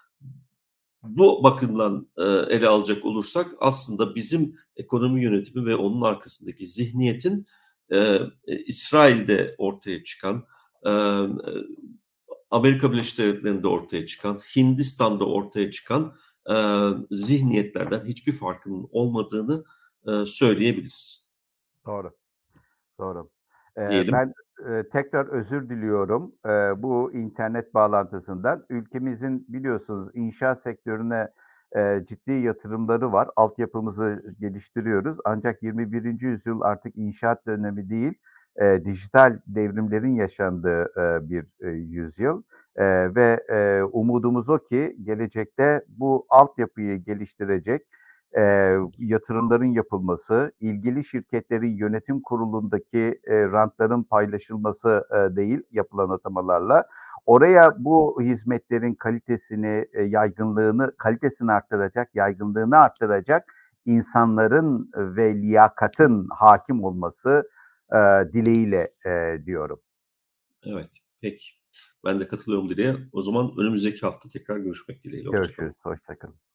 bu bakımdan, ele alacak olursak aslında bizim ekonomi yönetimi ve onun arkasındaki zihniyetin, İsrail'de ortaya çıkan, emm, Amerika Birleşik Devletleri'nde ortaya çıkan, Hindistan'da ortaya çıkan, zihniyetlerden hiçbir farkının olmadığını, söyleyebiliriz Doğru, doğru. diyelim. Ben, tekrar özür diliyorum, bu internet bağlantısından. Ülkemizin biliyorsunuz inşaat sektörüne, ciddi yatırımları var. Altyapımızı geliştiriyoruz. Ancak 21. yüzyıl artık inşaat dönemi değil, dijital devrimlerin yaşandığı, bir, yüzyıl, umudumuz o ki gelecekte bu altyapıyı geliştirecek, yatırımların yapılması, ilgili şirketlerin yönetim kurulundaki, rantların paylaşılması, değil yapılan atamalarla, oraya bu hizmetlerin kalitesini, kalitesini arttıracak, yaygınlığını arttıracak insanların ve liyakatın hakim olması, dileğiyle, diyorum. Evet, peki. Ben de katılıyorum dileğe. O zaman önümüzdeki hafta tekrar görüşmek dileğiyle. Hoşça kalın. Görüşürüz, hoşça kalın.